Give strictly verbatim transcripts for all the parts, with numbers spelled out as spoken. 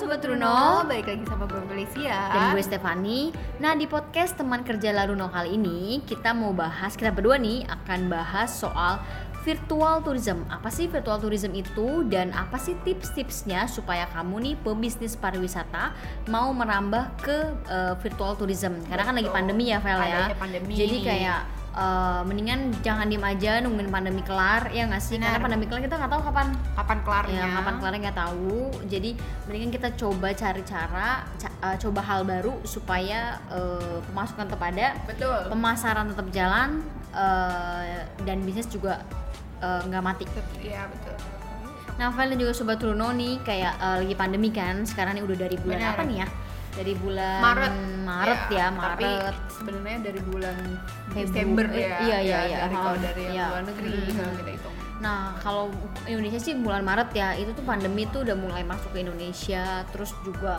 Sobat Runo, balik lagi sama gue Felicia dan gue Stefani. Nah, di podcast teman kerja La Runo kali ini kita mau bahas, kita berdua nih akan bahas soal virtual tourism. Apa sih virtual tourism itu dan apa sih tips-tipsnya supaya kamu nih pebisnis pariwisata mau merambah ke uh, virtual tourism. Karena kan lagi pandemi ya, Vel ya. Pandemi. Jadi kayak uh, mendingan jangan diem aja nungguin pandemi kelar, ya nggak sih? Benar. Karena pandemi kelar kita nggak tahu kapan kapan kelarnya. Ya, kapan kelarnya nggak tahu. Jadi mendingan kita coba cari cara, ca- uh, coba hal baru supaya uh, pemasukan tetap ada, Betul. pemasaran tetap jalan, uh, dan bisnis juga nggak uh, mati. Iya betul. Nah, Vel dan juga Sobat Runo nih kayak uh, lagi pandemi kan. Sekarang nih udah dari bulan Benar. apa nih ya? Dari bulan Maret, Maret ya, ya Maret. Tapi sebenarnya dari bulan Februari, Desember ya. Iya iya ya, iya. Dari kalau dari yang iya. luar negeri Hmm. kalau kita hitung. Nah, kalau Indonesia sih bulan Maret ya. Itu tuh pandemi tuh udah mulai masuk ke Indonesia. Terus juga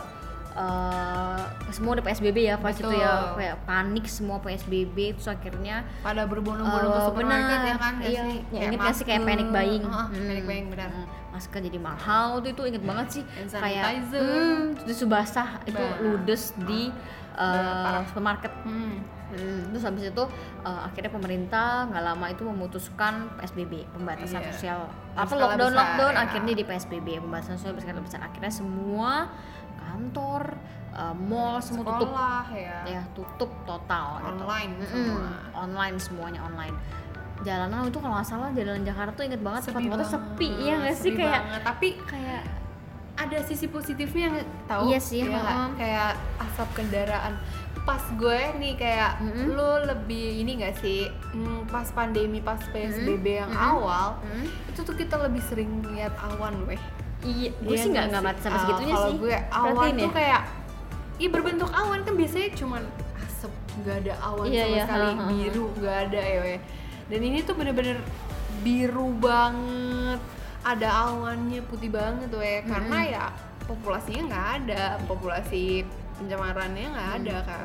uh, semua udah P S B B ya pas itu ya, kayak panik semua P S B B. Terus akhirnya pada berbondong-bondong uh, ke supermarket ya kan, iya, sih? Ya, inget gak sih kayak panic buying? Uh, hmm. Panic buying benar. Hmm. Masker jadi mahal tuh, itu inget banget sih. Kayak hmm, tisu basah itu bah. ludes di uh, supermarket. Hmm. Hmm, terus habis itu uh, akhirnya pemerintah nggak lama itu memutuskan P S B B, pembatasan iya. sosial Berskala apa lockdown besar, lockdown ya. Akhirnya di P S B B, pembatasan sosial berskala besar. Akhirnya semua kantor, uh, mall semua sekolah, tutup ya. ya tutup total online gitu. semua. Mm-mm, online semuanya online. Jalanan itu kalau nggak salah jalanan Jakarta tuh inget banget tempat-tempatnya sepi ya nggak sih, kayak banget. Tapi kayak ada sisi positifnya yang tahu. Iya sih, ya, uh-uh. kayak asap kendaraan. Pas gue nih kayak mm-hmm. lu lebih ini nggak sih, hmm, pas pandemi pas P S B B mm-hmm. yang mm-hmm. awal mm-hmm. itu tuh kita lebih sering lihat awan weh. Iya, gue sih nggak nggak mati sampai uh, segitunya kalau sih. Kalau gue awan Perhatiin tuh ya? kayak iya berbentuk awan kan biasanya cuman asap, nggak ada awan iya, sama iya, sekali, ha, ha, biru nggak ada ya weh. Dan ini tuh bener-bener biru banget, ada awannya putih banget weh, mm-hmm. karena ya populasinya nggak ada, populasi pencemarannya nggak hmm. ada kan,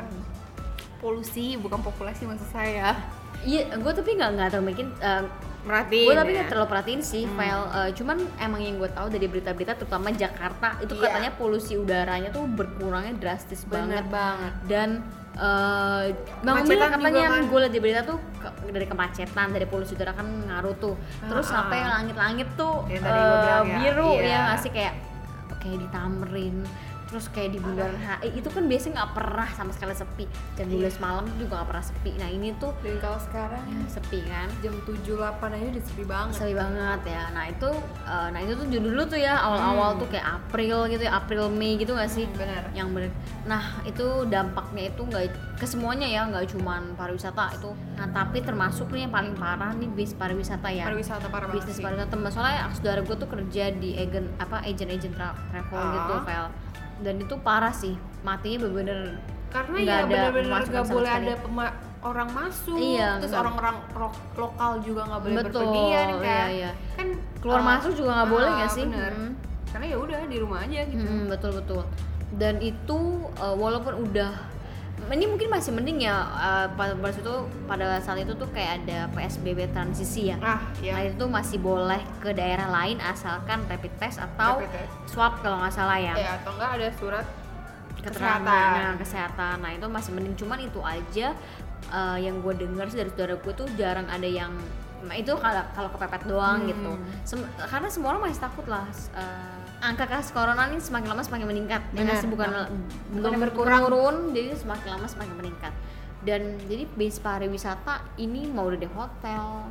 polusi bukan populasi maksud saya. Iya, gue tapi nggak nggak terlalu bikin uh, perhatiin. Gue tapi ya? nggak terlalu perhatiin sih, hmm. file. Uh, cuman emang yang gue tahu dari berita-berita, terutama Jakarta itu yeah. katanya polusi udaranya tuh berkurangnya drastis Bener banget. banget. Dan uh, bang bener katanya kan. Gue liat di berita tuh ke, dari kemacetan, dari polusi udara kan ngaruh tuh. Terus uh-uh. sampai langit-langit tuh ya, uh, biru ya, ya nggak sih, kayak kayak ditamrin. Terus kayak di bulan H I itu kan biasanya nggak pernah sama sekali sepi, jam dua belas malam juga nggak pernah sepi. Nah ini tuh dan kalau sekarang ya, sepi kan jam tujuh delapan aja udah sepi banget sepi banget ya. Nah itu uh, nah itu tuh dulu tuh ya awal-awal hmm. tuh kayak April gitu ya, April Mei gitu nggak sih, hmm, benar. Yang bener. Nah itu dampaknya itu nggak ke semuanya ya, nggak cuman pariwisata itu. Nah tapi termasuk nih yang paling parah nih bis pariwisata ya, pariwisata parah bisnis banget pariwisata. Soalnya saudara gue tuh kerja di agen apa agent-agent tra- travel uh. gitu, Vel. Dan itu parah sih, matinya bener-bener karena ya bener-bener gak boleh sekali. Ada pema- orang masuk, iya, terus enggak. orang-orang ro- lokal juga gak boleh Betul, berpergian kan, iya, iya. kan keluar uh, masuk juga gak uh, boleh gak sih? Bener. Hmm. Karena ya udah di rumah aja gitu. Hmm, betul betul. Dan itu uh, walaupun udah ini mungkin masih mending ya, uh, pada itu pada saat itu tuh kayak ada P S B B transisi ya. Ah, iya. Nah itu tuh masih boleh ke daerah lain asalkan rapid test atau rapid test. swab kalau nggak salah ya. Ya atau enggak ada surat keterangan kesehatan. kesehatan. Nah itu masih mending, cuman itu aja uh, yang gue dengar sih dari saudara gue tuh jarang ada yang itu kalau kalau kepepet doang hmm. gitu. Sem- karena semua orang masih takut lah. Uh, angka kasus corona ini semakin lama semakin meningkat. Benar, masih bukan belum berkurang turun, jadi semakin lama semakin meningkat. Dan jadi base pariwisata ini mau udah di hotel,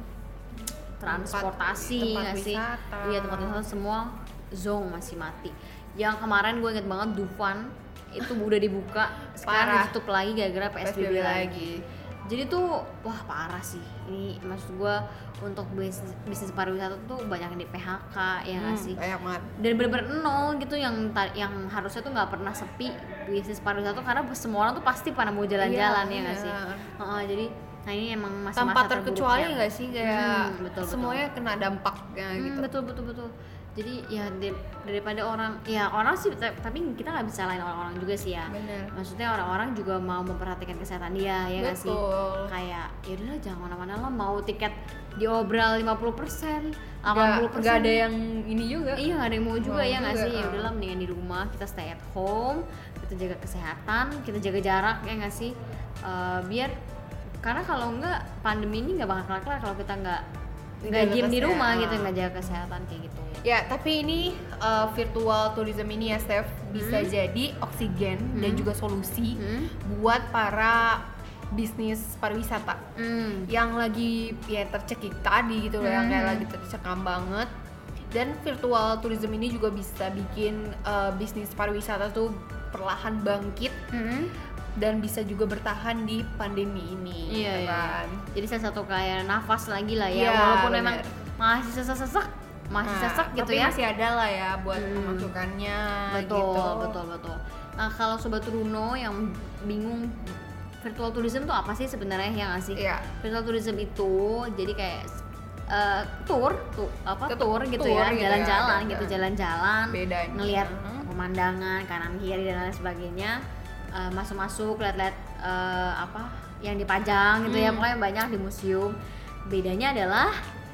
transportasi nggak sih? Iya tempat wisata semua zong masih mati. Yang kemarin gue inget banget Dufan itu udah dibuka, sekarang ditutup lagi gara-gara P S B B, P S B B lagi. lagi. Jadi tuh wah parah sih. Ini maksud gue untuk bisnis, bisnis pariwisata tuh banyak yang di P H K ya nggak hmm, sih? Banyak banget. Dan bener-bener nol gitu yang yang harusnya tuh nggak pernah sepi bisnis pariwisata tuh, karena semua orang tuh pasti pada mau jalan-jalan iya, ya nggak iya. sih? Uh, jadi nah ini emang masa-masa tanpa terkecuali nggak sih kayak hmm, betul, semuanya betul. kena dampaknya hmm, gitu. Betul betul betul. Jadi ya di- daripada orang, ya orang sih, ta- tapi kita nggak bisa salahin orang-orang juga sih ya. Bener. Maksudnya orang-orang juga mau memperhatikan kesehatan dia, ya nggak sih? Betul. Kayak ya udahlah jangan mana-mana lah, mau tiket diobral lima puluh persen, delapan Nggak, puluh persen. nggak ada yang ini juga. Iya, nggak ada yang mau juga, Mau ya nggak juga, sih? Ya ah. udahlah mendingan di rumah, kita stay at home, kita jaga kesehatan, kita jaga jarak, ya nggak sih? Eh, biar karena kalau nggak pandemi ini nggak bakal kelar kalau kita nggak nggak Jaga diem di rumah kesehatan. gitu, nggak jaga kesehatan kayak gitu. Ya, tapi ini uh, virtual tourism ini ya, Steph, bisa Hmm. jadi oksigen dan Hmm. juga solusi Hmm. buat para bisnis pariwisata Hmm. yang lagi ya tercekik tadi gitu loh, yang kayak Hmm. lagi tercekam banget. Dan virtual tourism ini juga bisa bikin uh, bisnis pariwisata tuh perlahan bangkit Hmm. dan bisa juga bertahan di pandemi ini. Iya, gitu iya. kan? Jadi salah satu kayak nafas lagi lah ya, Iya, walaupun bener. memang masih sesak-sesak, masih Nah, sesak gitu tapi ya. masih ada lah ya buat Hmm. pemasukannya. Betul, gitu. betul, betul. Nah, kalau sobat Runo yang bingung virtual tourism tuh apa sih sebenarnya, ya nggak sih? Iya. Virtual tourism itu jadi kayak eh, tour, tuh apa Ke- tour gitu tour ya, gitu ya, jalan-jalan ada- gitu, jalan-jalan, Bedanya. ngelihat pemandangan kanan kiri dan lain sebagainya, eh, masuk-masuk, lihat-lihat eh, apa yang dipajang gitu ya, Hmm. pokoknya banyak di museum. Bedanya adalah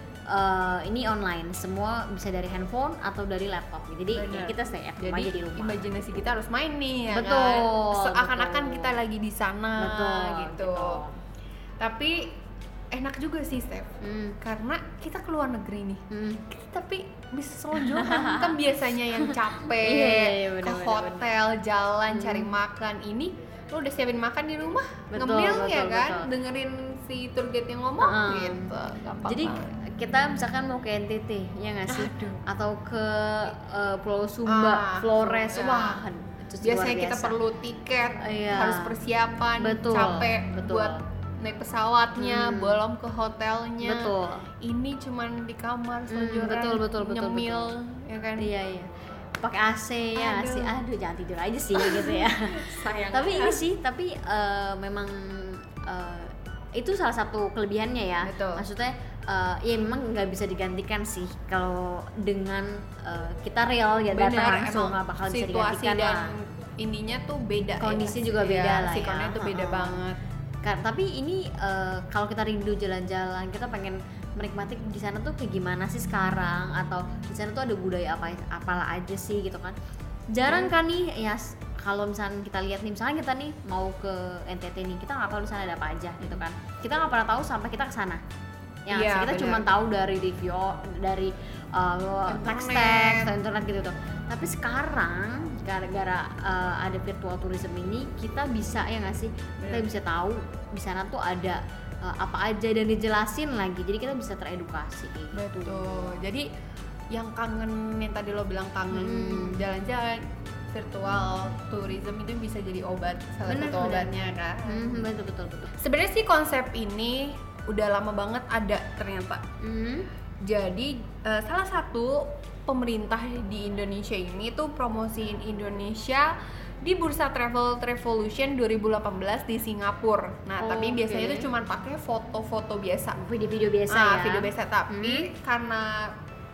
eh, ini online, semua bisa dari handphone atau dari laptop. Jadi ya Bener. kita stay at home Jadi aja di rumah. imajinasi kita harus main nih ya Betul, kan? Seakan-akan betul. kita lagi di sana Betul, gitu. Tapi enak juga sih, Steph. Hmm. Karena kita keluar negeri nih. Hmm. Kita tapi bisa selonjoran. Kan biasanya yang capek Iya, iya, iya, ke bener, bener, hotel, jalan Hmm. cari makan ini lu udah siapin makan di rumah, Betul, ngemil betul, ya kan, betul. dengerin si tour guide yang ngomong Heeh. gitu. Gampang Jadi banget. kita misalkan mau ke N T T, ya nggak sih? Aduh. Atau ke eh, Pulau Sumba, Ah, Flores, ya. wah, itu luar Biasanya kita biasa. perlu tiket, Iya. harus persiapan, Betul, capek betul. buat naik pesawatnya, Hmm. belum ke hotelnya. Betul. Ini cuman di kamar Hmm, selonjoran, betul, betul, betul, nyemil, betul. ya kan? Iya, iya. Pakai A C ya nggak Aduh. sih, aduh jangan tidur aja sih gitu ya. Sayang. Tapi ini sih, tapi eh, memang eh, itu salah satu kelebihannya ya. Betul. Maksudnya eh, ya memang nggak bisa digantikan sih kalau dengan eh, kita real ya, datang Benar, langsung emang nggak bakal bisa situasi digantikan dan lah. ininya tuh beda. Kondisi ya. juga beda Ya, lah ya. sikonnya tuh beda Heeh. banget. Ka- tapi ini eh, kalau kita rindu jalan-jalan, kita pengen menikmati di sana tuh kayak gimana sih sekarang, atau di sana tuh ada budaya apa apalah aja sih gitu kan. Jarang kan nih ya, s- kalau misalnya kita lihat nih, misalnya kita nih mau ke N T T nih, kita nggak tahu di sana ada apa aja gitu kan. Kita nggak pernah tahu sampai kita ke sana. Ya nggak Iya, sih? Kita benar. cuma tahu dari review, dari uh, teks teks atau internet gitu tuh. Tapi sekarang gara-gara uh, ada virtual tourism ini, kita bisa ya nggak sih? Kita Benar. bisa tahu di sana tuh ada uh, apa aja dan dijelasin lagi. Jadi kita bisa teredukasi kayak gitu. Betul. Jadi yang kangen, yang tadi lo bilang kangen Hmm. jalan-jalan, virtual tourism itu bisa jadi obat, salah Benar, satu benar. obatnya kan. Hmm, betul betul betul. Sebenarnya sih konsep ini udah lama banget ada ternyata. Hmm. Jadi eh, salah satu pemerintah di Indonesia ini tuh promosiin Indonesia di bursa Travel Revolution dua ribu delapan belas di Singapura. Nah, Oh, tapi biasanya oke. itu cuma pakai foto-foto biasa. Video-video biasa Ah, ya. video biasa, tapi karena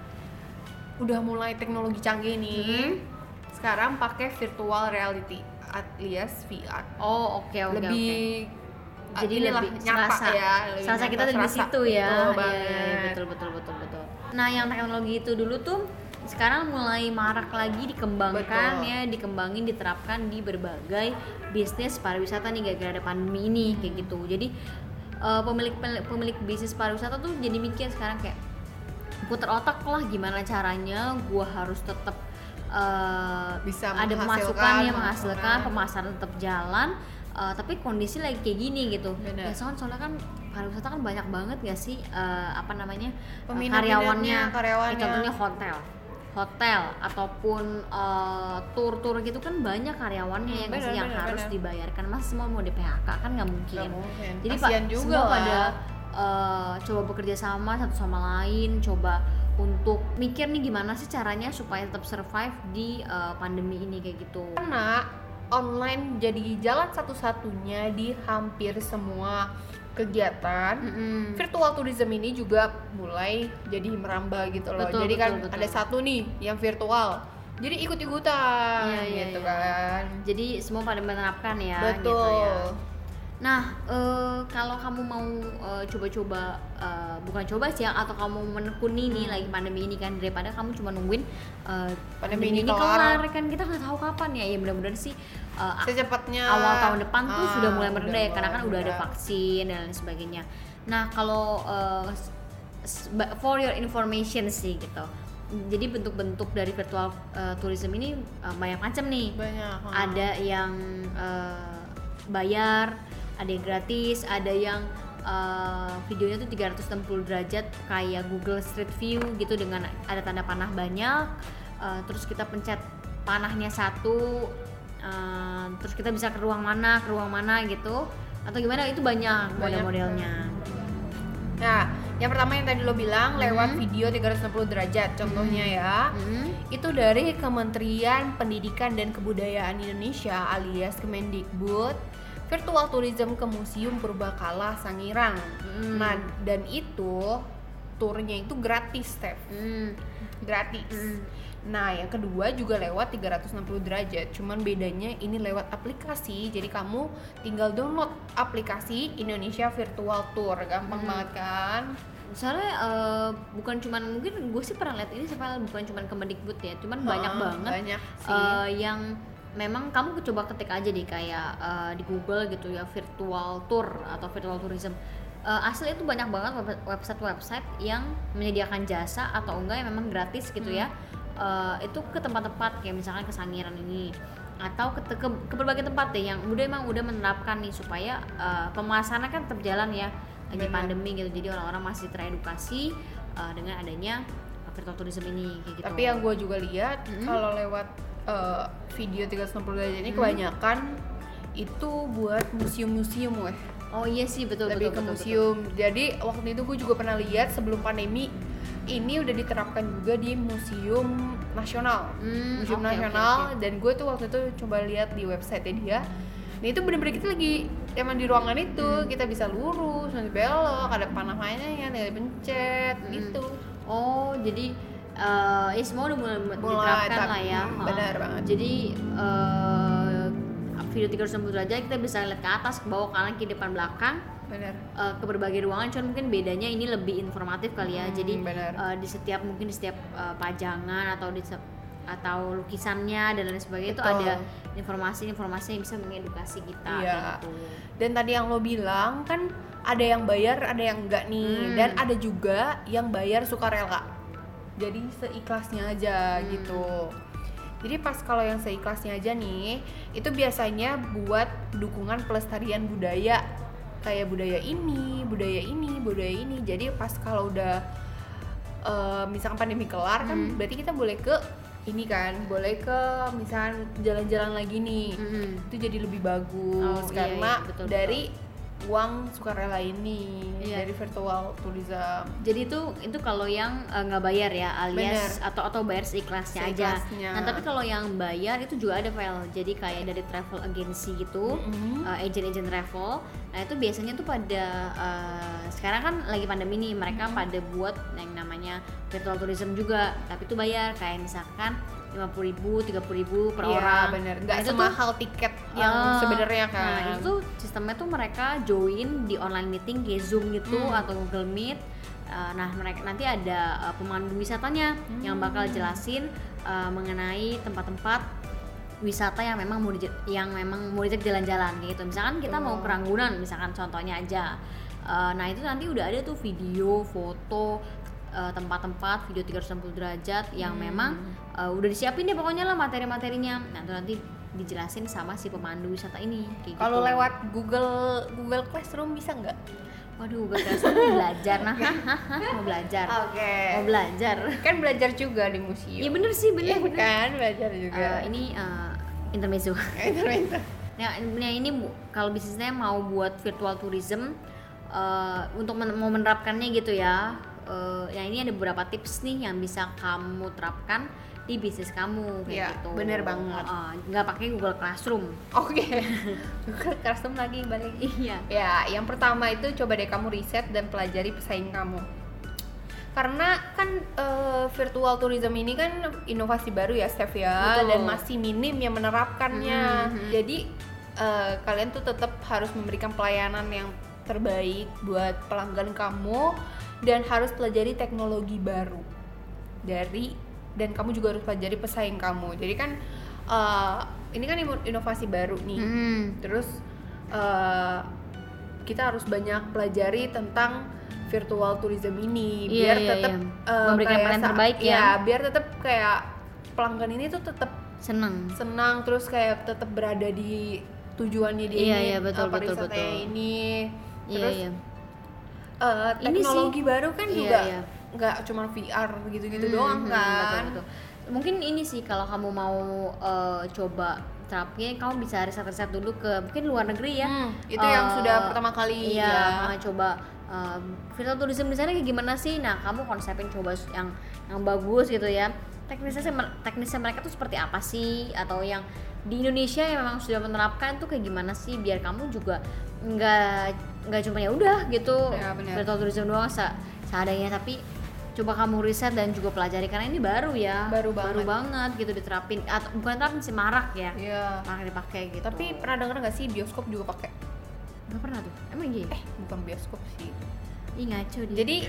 udah mulai teknologi canggih nih, Hmm. sekarang pakai virtual reality alias V R. Oh, oke oke lebih oke. Jadi inilah, lebih nyata serasa ya, lebih serasa nyata, kita ada di serasa. situ ya. Betul Iya, banget. iya, betul betul betul betul. Nah, yang teknologi itu dulu tuh sekarang mulai marak lagi dikembangkan Betul. ya, dikembangin, diterapkan di berbagai bisnis pariwisata nih gara-gara ada pandemi ini kayak gitu. Jadi eh, pemilik pemilik bisnis pariwisata tuh jadi mikir sekarang kayak puter otak lah, gimana caranya gua harus tetap eh, Bisa ada menghasilkan, pemasukan yang menghasilkan, menghasilkan. pemasaran tetap jalan, eh, tapi kondisi lagi kayak gini gitu. Bener. Ya soalnya, soalnya kan pariwisata kan banyak banget gak sih eh, apa namanya eh, Peminat-peminatnya, karyawannya, karyawannya. Ya, contohnya hotel, hotel ataupun eh, tur-tur gitu kan banyak karyawannya Hmm, yang nggak sih, bener, yang bener, harus bener. dibayarkan. Mas semua mau di P H K kan nggak mungkin. Nggak mungkin. Jadi Kasian pak juga semua lah. pada eh, coba bekerja sama satu sama lain, coba untuk mikir nih gimana sih caranya supaya tetap survive di eh, pandemi ini kayak gitu. Karena online jadi jalan satu-satunya di hampir semua kegiatan, Mm-mm. virtual tourism ini juga mulai jadi merambah gitu loh. Betul, jadi betul, kan betul. ada satu nih yang virtual, jadi ikut-ikutan Iya, iya, gitu iya. kan. Jadi semua pada menerapkan ya. Betul. Gitu ya. Nah, eh, kalau kamu mau eh, coba-coba, eh, bukan coba sih ya, atau kamu menekuni nih Hmm. lagi pandemi ini kan, daripada kamu cuma nungguin eh, Pandemi ini kelar, kelar. kan kita nggak tahu kapan ya. Ya mudah-mudahan sih eh, Secepatnya awal tahun depan tuh ah, sudah mulai mereda ya, karena kan mulai udah ada mereda. vaksin dan lain sebagainya. Nah, kalau eh, s- s- ba- for your information sih gitu. Jadi bentuk-bentuk dari virtual eh, tourism ini eh, banyak macam nih. Banyak. ah. Ada yang eh, bayar, ada yang gratis, ada yang uh, videonya tuh tiga ratus enam puluh derajat kayak Google Street View gitu dengan ada tanda panah banyak, uh, terus kita pencet panahnya satu, uh, terus kita bisa ke ruang mana, ke ruang mana gitu, atau gimana, itu banyak, Banyak. model-modelnya. Nah, yang pertama yang tadi lo bilang lewat Mhm. video tiga ratus enam puluh derajat contohnya ya. Mhm. Itu dari Kementerian Pendidikan dan Kebudayaan Indonesia alias Kemendikbud, virtual tourism ke Museum Purbakala Sangiran. Hmm. Nah, dan itu turnya itu gratis, Steph. Hmm. Gratis. Hmm. Nah, yang kedua juga lewat tiga ratus enam puluh derajat. Cuman bedanya ini lewat aplikasi. Jadi kamu tinggal download aplikasi Indonesia Virtual Tour. Gampang Hmm. banget kan? Soalnya uh, bukan cuman, mungkin gue sih pernah lihat ini sebenarnya bukan cuman Kemendikbud ya, cuman banyak Ah, banget banyak sih. uh, yang memang kamu coba ketik aja deh kayak uh, di Google gitu ya, virtual tour atau virtual tourism. Uh, asli itu banyak banget web- website-website yang menyediakan jasa atau enggak yang memang gratis gitu ya. Uh, itu ke tempat-tempat kayak misalkan ke Sangiran ini atau ke, ke, ke berbagai tempat deh yang udah emang udah menerapkan nih supaya uh, pemasaran kan tetap jalan ya lagi Benar. pandemi gitu, jadi orang-orang masih teredukasi uh, dengan adanya virtual tourism ini kayak gitu. Tapi yang gue juga lihat Mm-mm. kalau lewat uh, video tiga ratus enam puluh derajat ini Mm. kebanyakan itu buat museum-museum weh. Oh iya sih, betul Lebih betul ke betul, museum. Jadi waktu itu gue juga pernah lihat sebelum pandemi ini udah diterapkan juga di Museum Nasional. Hmm, Museum oke, oke, Nasional oke. dan gue tuh waktu itu coba lihat di website dia. Nah itu bener-bener kita lagi emang di ruangan itu Hmm. kita bisa lurus, nanti belok, ada panah mainnya, tinggal dipencet Hmm. gitu. Oh jadi uh, ya semua udah mulai, Mulai, diterapkan tapi- lah ya. hmm, Ha. benar banget. Jadi uh, video tiga ratus enam puluh derajat kita bisa lihat ke atas, ke bawah, kanan, kiri, depan, belakang, Bener. uh, ke berbagai ruangan. Cuman mungkin bedanya ini lebih informatif kali ya. Hmm, Jadi benar. uh, di setiap mungkin di setiap uh, pajangan atau di se- atau lukisannya dan lain sebagainya itu Betul. ada informasi-informasi yang bisa mengedukasi kita. Iya. kayak gitu. Dan tadi yang lo bilang kan ada yang bayar, ada yang enggak nih. Hmm. Dan ada juga yang bayar sukarela. Jadi seikhlasnya aja Hmm. gitu. Jadi pas kalau yang seikhlasnya aja nih, itu biasanya buat dukungan pelestarian budaya. Kayak budaya ini, budaya ini, budaya ini. Jadi pas kalau udah eh, misalkan pandemi kelar kan Hmm. berarti kita boleh ke ini kan, boleh ke misalkan jalan-jalan lagi nih. Mm-mm. Itu jadi lebih bagus Oh, iya, karena iya, betul, dari uang sukarela ini, Iya. dari virtual tourism. Jadi itu itu kalau yang eh, nggak bayar ya, alias atau atau bayar seikhlasnya aja. Seikhlasnya. Nah tapi kalau yang bayar itu juga ada file. Jadi kayak dari travel agency gitu, Mm-mm. eh, agent-agent travel. Nah itu biasanya tuh pada eh, sekarang kan lagi pandemi nih, mereka pada buat yang namanya virtual tourism juga. Tapi itu bayar kayak misalkan lima puluh ribu, tiga puluh ribu per Iya, orang. bener. Nah, Nggak itu tuh- semahal tiket yang Ah, sebenarnya kan. Nah itu tuh sistemnya tuh mereka join di online meeting kayak Zoom gitu Hmm. atau Google Meet. Uh, nah mereka nanti ada uh, pemandu wisatanya yang bakal jelasin uh, mengenai tempat-tempat wisata yang memang mau di, yang memang mau diajak jalan-jalan gitu. Misalkan kita mau ke Ragunan misalkan contohnya aja. Uh, nah itu nanti udah ada tuh video, foto, uh, tempat-tempat video tiga ratus enam puluh derajat yang Hmm. memang uh, udah disiapin deh pokoknya lah materi-materinya. Nah itu nanti dijelasin sama si pemandu wisata ini kayak Kalau gitu. lewat Google Google Classroom bisa nggak? Waduh, gak kerasa mau belajar nah, hahaha, mau belajar, Oke. mau belajar. Kan belajar juga di museum. Iya bener sih, bener, Iya bener. kan, belajar juga. Eh, ini uh, intermezzo. Intermezzo. Nah, nah ini bu- kalau bisnisnya mau buat virtual tourism uh, untuk men- mau menerapkannya gitu ya, uh, ya ini ada beberapa tips nih yang bisa kamu terapkan di bisnis kamu kayak ya, gitu. Bener banget. Uh, nggak pakai Google Classroom. Oke. Okay. Google Classroom lagi balik. Iya. Ya, yang pertama itu coba deh kamu riset dan pelajari pesaing kamu. Karena kan uh, virtual tourism ini kan inovasi baru ya, Steph ya. Betul. Dan masih minim yang menerapkannya. Mm-hmm. Jadi uh, kalian tuh tetap harus memberikan pelayanan yang terbaik buat pelanggan kamu dan harus pelajari teknologi baru dari dan kamu juga harus pelajari pesaing kamu. Jadi kan uh, ini kan inovasi baru nih. Mm. Terus uh, kita harus banyak pelajari tentang virtual tourism ini biar iya, tetap iya. Uh, memberikan pelayanan terbaik ya. Ya, biar tetap kayak pelanggan ini tuh tetap senang. Senang terus kayak tetap berada di tujuannya dia iya, ini, iya, betul, uh, betul, betul. ini. Terus iya, iya. Uh, teknologi ini baru kan iya, juga iya. nggak cuma V R gitu-gitu hmm, doang hmm, kan. Betul, betul. Mungkin ini sih kalau kamu mau uh, coba terapnya, kamu bisa riset-riset dulu ke mungkin luar negeri ya. Hmm, itu uh, yang sudah pertama kali iya, ya. Coba uh, virtual tourism di sana kayak gimana sih? Nah, kamu konsepin coba yang yang bagus gitu ya. Teknisnya teknisnya mereka tuh seperti apa sih? Atau yang di Indonesia yang memang sudah menerapkan tuh kayak gimana sih? Biar kamu juga nggak nggak cuma ya udah gitu ya, virtual tourism doang se- seadanya, tapi coba kamu riset dan juga pelajari karena ini baru ya, baru banget, baru banget gitu diterapin, atau bukan terapin sih, marak ya, yeah. marak dipakai gitu. Tapi pernah dengar nggak sih bioskop juga pakai? Nggak pernah tuh, emang iya? Eh bukan bioskop sih. Ih ngaco dia. Jadi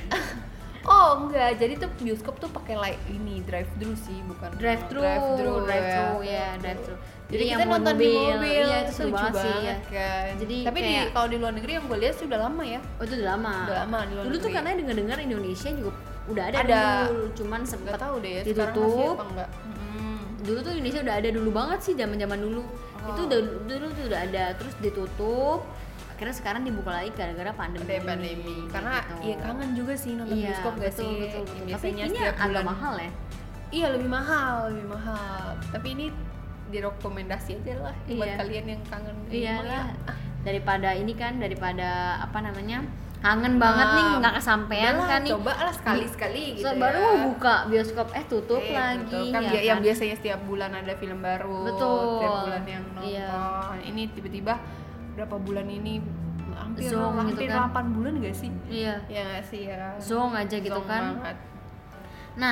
oh enggak, jadi tuh bioskop tuh pakai light ini drive thru sih, bukan drive thru, drive thru, drive thru ya, ya drive thru. Jadi, Jadi kita yang nonton mobil, di mobil, iya itu seru banget sih ya. Kan. Jadi tapi kayak, di kalau di luar negeri yang gue lihat sih udah lama ya. Oh itu udah lama. Udah lama di luar Dulu negeri. tuh karena dengar-dengar Indonesia juga udah ada, ada. dulu, cuman sempat tahu deh ya, ditutup. apa enggak. Hmm. Dulu tuh Indonesia udah ada dulu banget sih, zaman-zaman dulu. Oh. Itu udah dulu tuh udah ada, terus ditutup. Akhirnya sekarang dibuka lagi gara-gara pandemi. Ada pandemi. Karena gitu. Ya kangen juga sih nonton iya, bioskop gak betul, sih? Betul, betul. Biasanya tapi ini setiap agak bulan mahal ya. Iya lebih mahal, lebih mahal. Tapi ini direkomendasi aja lah iya. Buat kalian yang kangen. Iya lah. Daripada ini kan, daripada apa namanya? Kangen banget nah, nih nggak kesampaian kan nih. Coba lah sekali-sekali gitu so, ya. Baru mau buka bioskop eh tutup eh, lagi tutup. Kan, ya ya, yang kan? biasanya setiap bulan ada film baru. Betul. Setiap bulan yang nonton. Iya. Ini tiba-tiba berapa bulan ini hampir Zong hampir gitu kan? delapan bulan gak sih? Iya. Ya gak sih ya. Zong aja gitu Zong kan. Banget. Nah,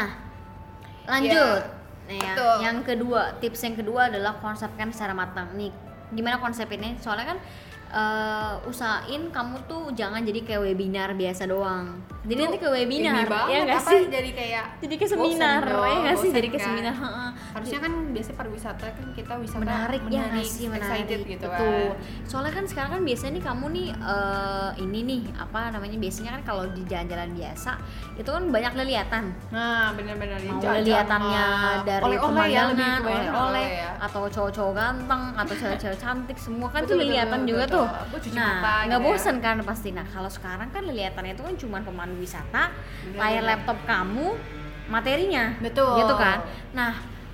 lanjut. Ya, nah, ya. Betul. Yang kedua, tips yang kedua adalah konsepkan secara matang. Nih, gimana konsepinnya? Soalnya kan uh, usahain kamu tuh jangan jadi kayak webinar biasa doang. Jadi nanti ke webinar, ya nggak apa, sih? Jadi kayak jadi ke seminar, ya nggak sih? Jadi ke kan? seminar. Harusnya kan biasanya pariwisata kan kita wisata menarik, menarik ya nggak sih, menarik gitu kan. Soalnya kan sekarang kan biasanya nih kamu nih uh, ini nih apa namanya, biasanya kan kalau di jalan-jalan biasa itu kan banyak lelihatan. Nah benar-benar mau lelihatannya dari pemandangan, ya, oleh-oleh ya. atau cowok-cowok ganteng atau cewek-cewek cantik, semua kan betul, tuh lelihatan juga betul, tuh. betul. Nah nggak gitu bosan ya. kan pasti. Nah kalau sekarang kan lelihatannya itu kan cuma pemandu wisata, bener, layar bener. Laptop kamu, materinya, betul gitu kan. Nah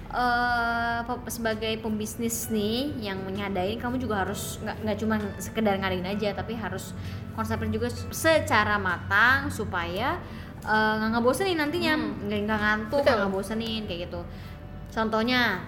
uh, sebagai pembisnis nih yang menyadari, kamu juga harus nggak nggak cuma sekedar ngadain aja, tapi harus konsepnya juga secara matang supaya nggak uh, ngebosenin nantinya, nggak hmm. ngantuk, nggak ngebosenin kayak gitu. Contohnya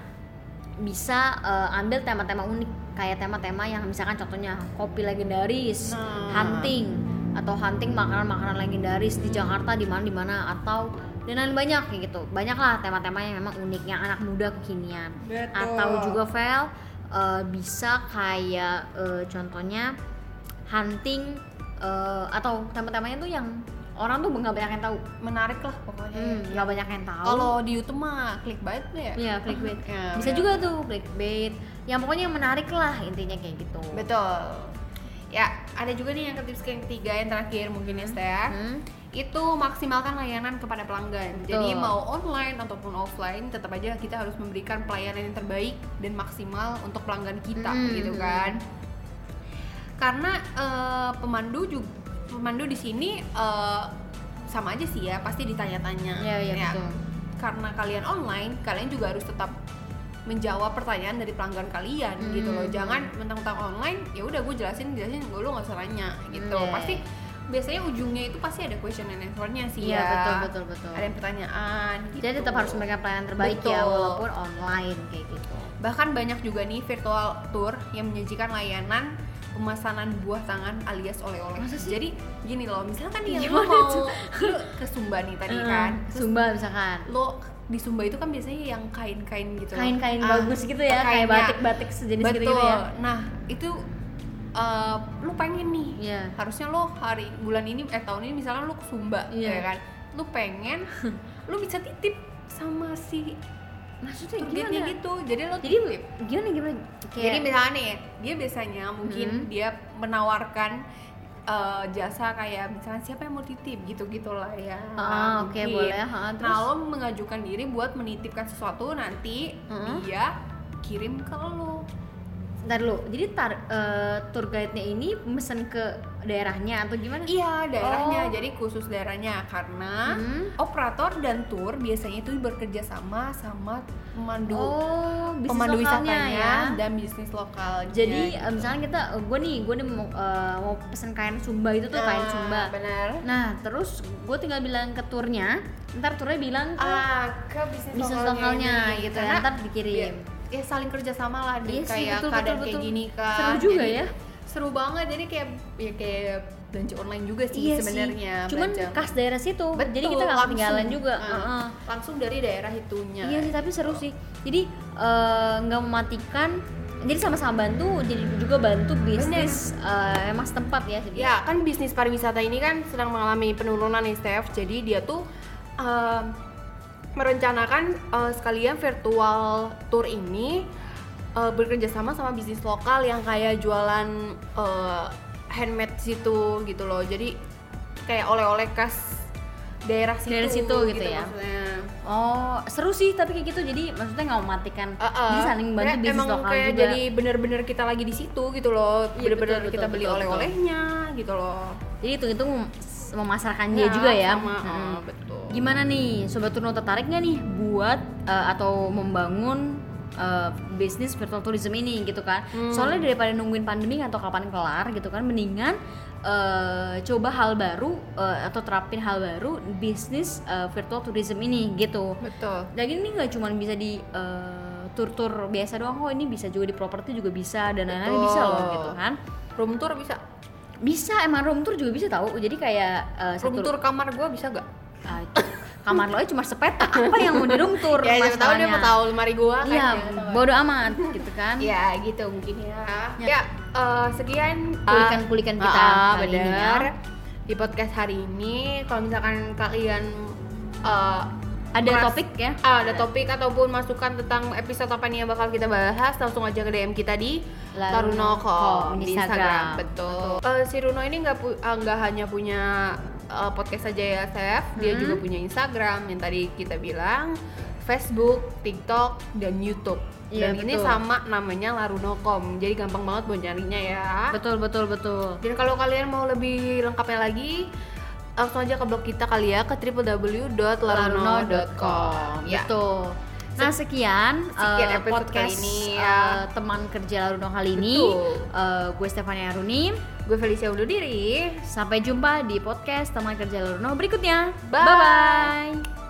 bisa uh, ambil tema-tema unik, kayak tema-tema yang misalkan contohnya kopi legendaris, nah. hunting atau hunting makanan-makanan legendaris di Jakarta di mana di mana atau dan lain banyak kayak gitu. Banyak lah tema-tema yang memang unik, yang anak muda kekinian. Betul. Atau juga Vel uh, bisa kayak uh, contohnya hunting uh, atau tema-temanya tuh yang orang tuh nggak banyak yang tahu, menarik lah pokoknya, nggak hmm, banyak yang tahu. Kalau di YouTube mah clickbait ya, iya clickbait, ya, bisa bener. juga tuh clickbait, yang pokoknya yang menarik lah intinya kayak gitu. Betul. Ya ada juga nih yang tips yang ketiga, yang terakhir mungkin ya Steph, hmm. itu maksimalkan layanan kepada pelanggan. Betul. Jadi mau online ataupun offline, tetap aja kita harus memberikan pelayanan yang terbaik dan maksimal untuk pelanggan kita, hmm. gitu kan. Karena uh, pemandu juga pemandu di sini uh, sama aja sih ya, pasti ditanya-tanya. Iya, iya, ya, betul. Karena kalian online, kalian juga harus tetap menjawab pertanyaan dari pelanggan kalian, hmm. gitu loh. Jangan mentang-mentang online, ya udah gue jelasin jelasin, gue lu nggak usah nanya gitu. Hmm, yeah. Pasti biasanya ujungnya itu pasti ada question and answer-nya sih Iya, ya. betul betul betul. Ada yang pertanyaan. Gitu. Jadi tetap harus memberikan pelayanan terbaik Betul. ya walaupun online kayak gitu. Bahkan banyak juga nih virtual tour yang menyajikan layanan pemesanan buah tangan alias oleh-oleh. Masa sih? Jadi gini loh, misalkan nih lo Gimana mau tuh? lu ke Sumba nih tadi kan. Hmm, Sumba misalkan. Lo di Sumba itu kan biasanya yang kain-kain gitu. Kain-kain Ah, bagus gitu ya, kayak kainnya. batik-batik sejenis Betul. gitu ya. Nah, itu uh, lu pengen nih. Iya. Harusnya lo hari bulan ini eh tahun ini misalkan lo ke Sumba, Iya. ya kan. Lu pengen lu bisa titip sama si Maksudnya tour guide-nya gimana? gitu. Jadi lo Jadi titip. gimana gimana? Jadi misalnya nih, dia biasanya mungkin Hmm. dia menawarkan uh, jasa kayak misalnya siapa yang mau titip gitu-gitu lah ya. Ah, oke, mungkin. boleh. Ha, terus? Nah, lo mengajukan diri buat menitipkan sesuatu, nanti Hmm. dia kirim ke lo. Ntar dulu, jadi tar, eh, tour guide-nya ini mesen ke daerahnya atau gimana? Iya, daerahnya. Oh. Jadi khusus daerahnya karena Hmm. operator dan tour biasanya itu bekerja sama sama pemandu Oh, bisnis pemandu lokalnya wisatanya ya. dan bisnis lokal. Jadi eh, misalnya kita, gue nih, gue nih mau, eh, mau pesen kain Sumba itu tuh kain Sumba. Benar. Nah, terus gue tinggal bilang ke turnya, ntar turnya bilang ke Ah, ke bisnis, bisnis lokalnya, lokalnya ini. gitu ya, Karena ntar dikirim. ya saling kerja sama lah deh, Iya sih, kayak betul, keadaan betul, kayak betul. gini kan. Seru juga Jadi, ya. Seru banget, jadi kayak ya kayak belanja online juga sih Iya sebenarnya. sih, cuman belanja. khas daerah situ. Betul, Jadi kita nggak langsung. ketinggalan juga. Ah, Heeh. Langsung dari daerah itunya. Iya sih, tapi seru sih. Jadi eh, nggak mematikan. Jadi sama-sama bantu, jadi juga bantu bisnis eh, emang setempat ya. Jadi. Ya kan bisnis pariwisata ini kan sedang mengalami penurunan nih Steph. Jadi dia tuh um, merencanakan uh, sekalian virtual tour ini uh, bekerja sama sama bisnis lokal yang kayak jualan uh, handmade situ gitu loh. Jadi kayak oleh-oleh khas daerah situ, Daerah situ gitu ya. maksudnya. Oh, seru sih tapi kayak gitu. Jadi maksudnya nggak mematikan. Uh, uh, Jadi saling bantu kayak bisnis emang lokal kayak juga. jadi bener-bener kita lagi di situ gitu loh. Iya, Bener-bener betul, kita betul, beli betul, oleh-olehnya gitu loh. Jadi itu itu memasarkan dia juga ya. Sama, Hmm. uh, betul. Gimana nih, Sobat Turno tertarik nggak nih buat uh, atau membangun uh, bisnis virtual tourism ini gitu kan? Hmm. Soalnya daripada nungguin pandemi atau kapan kelar gitu kan, mendingan uh, coba hal baru uh, atau terapin hal baru bisnis uh, virtual tourism ini gitu. Betul. Dan ini nggak cuma bisa di uh, tur-tur biasa doang kok, ini bisa juga di properti juga bisa dan lain-lain Betul. bisa loh gitu kan. Room tour bisa. Bisa, emang room tour juga bisa tahu. Jadi kayak uh, Room satu tour kamar gua bisa gak? Ah, itu kamar lo aja cuma sepetak, apa yang mau di room tour Ya siapa tahu dia mau tahu lemari gua kan. Iya, ya, bodo amat gitu kan. Ya gitu mungkin ya. Ya. Ya, eh, sekian Kulikan-kulikan kita Ah, kali ini benar. ya. Di podcast hari ini kalau misalkan kalian eh, Ada meras- topik ya? ah, ada topik ataupun masukan tentang episode apa nih yang bakal kita bahas, langsung aja ke D M kita di Laruno Larunocom di di Instagram. Instagram. Betul. Eh, si Runo ini nggak pu- eh, nggak hanya punya eh, podcast saja ya, Chef. Dia Hmm. juga punya Instagram yang tadi kita bilang, Facebook, TikTok, dan YouTube. Iya, Dan ini betul. sama namanya Larunocom. Jadi gampang banget buat nyarinya ya. Betul betul betul. Dan kalau kalian mau lebih lengkapnya lagi, langsung aja ke blog kita kali ya, ke w w w dot laruno dot com. Ya. Betul. Nah sekian, Sekian eh, episode podcast kali ini eh, ya. teman kerja Laruno kali ini. Betul. Eh, gue Stefania Aruni. Gue Felicia undur diri. Sampai jumpa di podcast teman kerja Laruno berikutnya. Bye. Bye bye.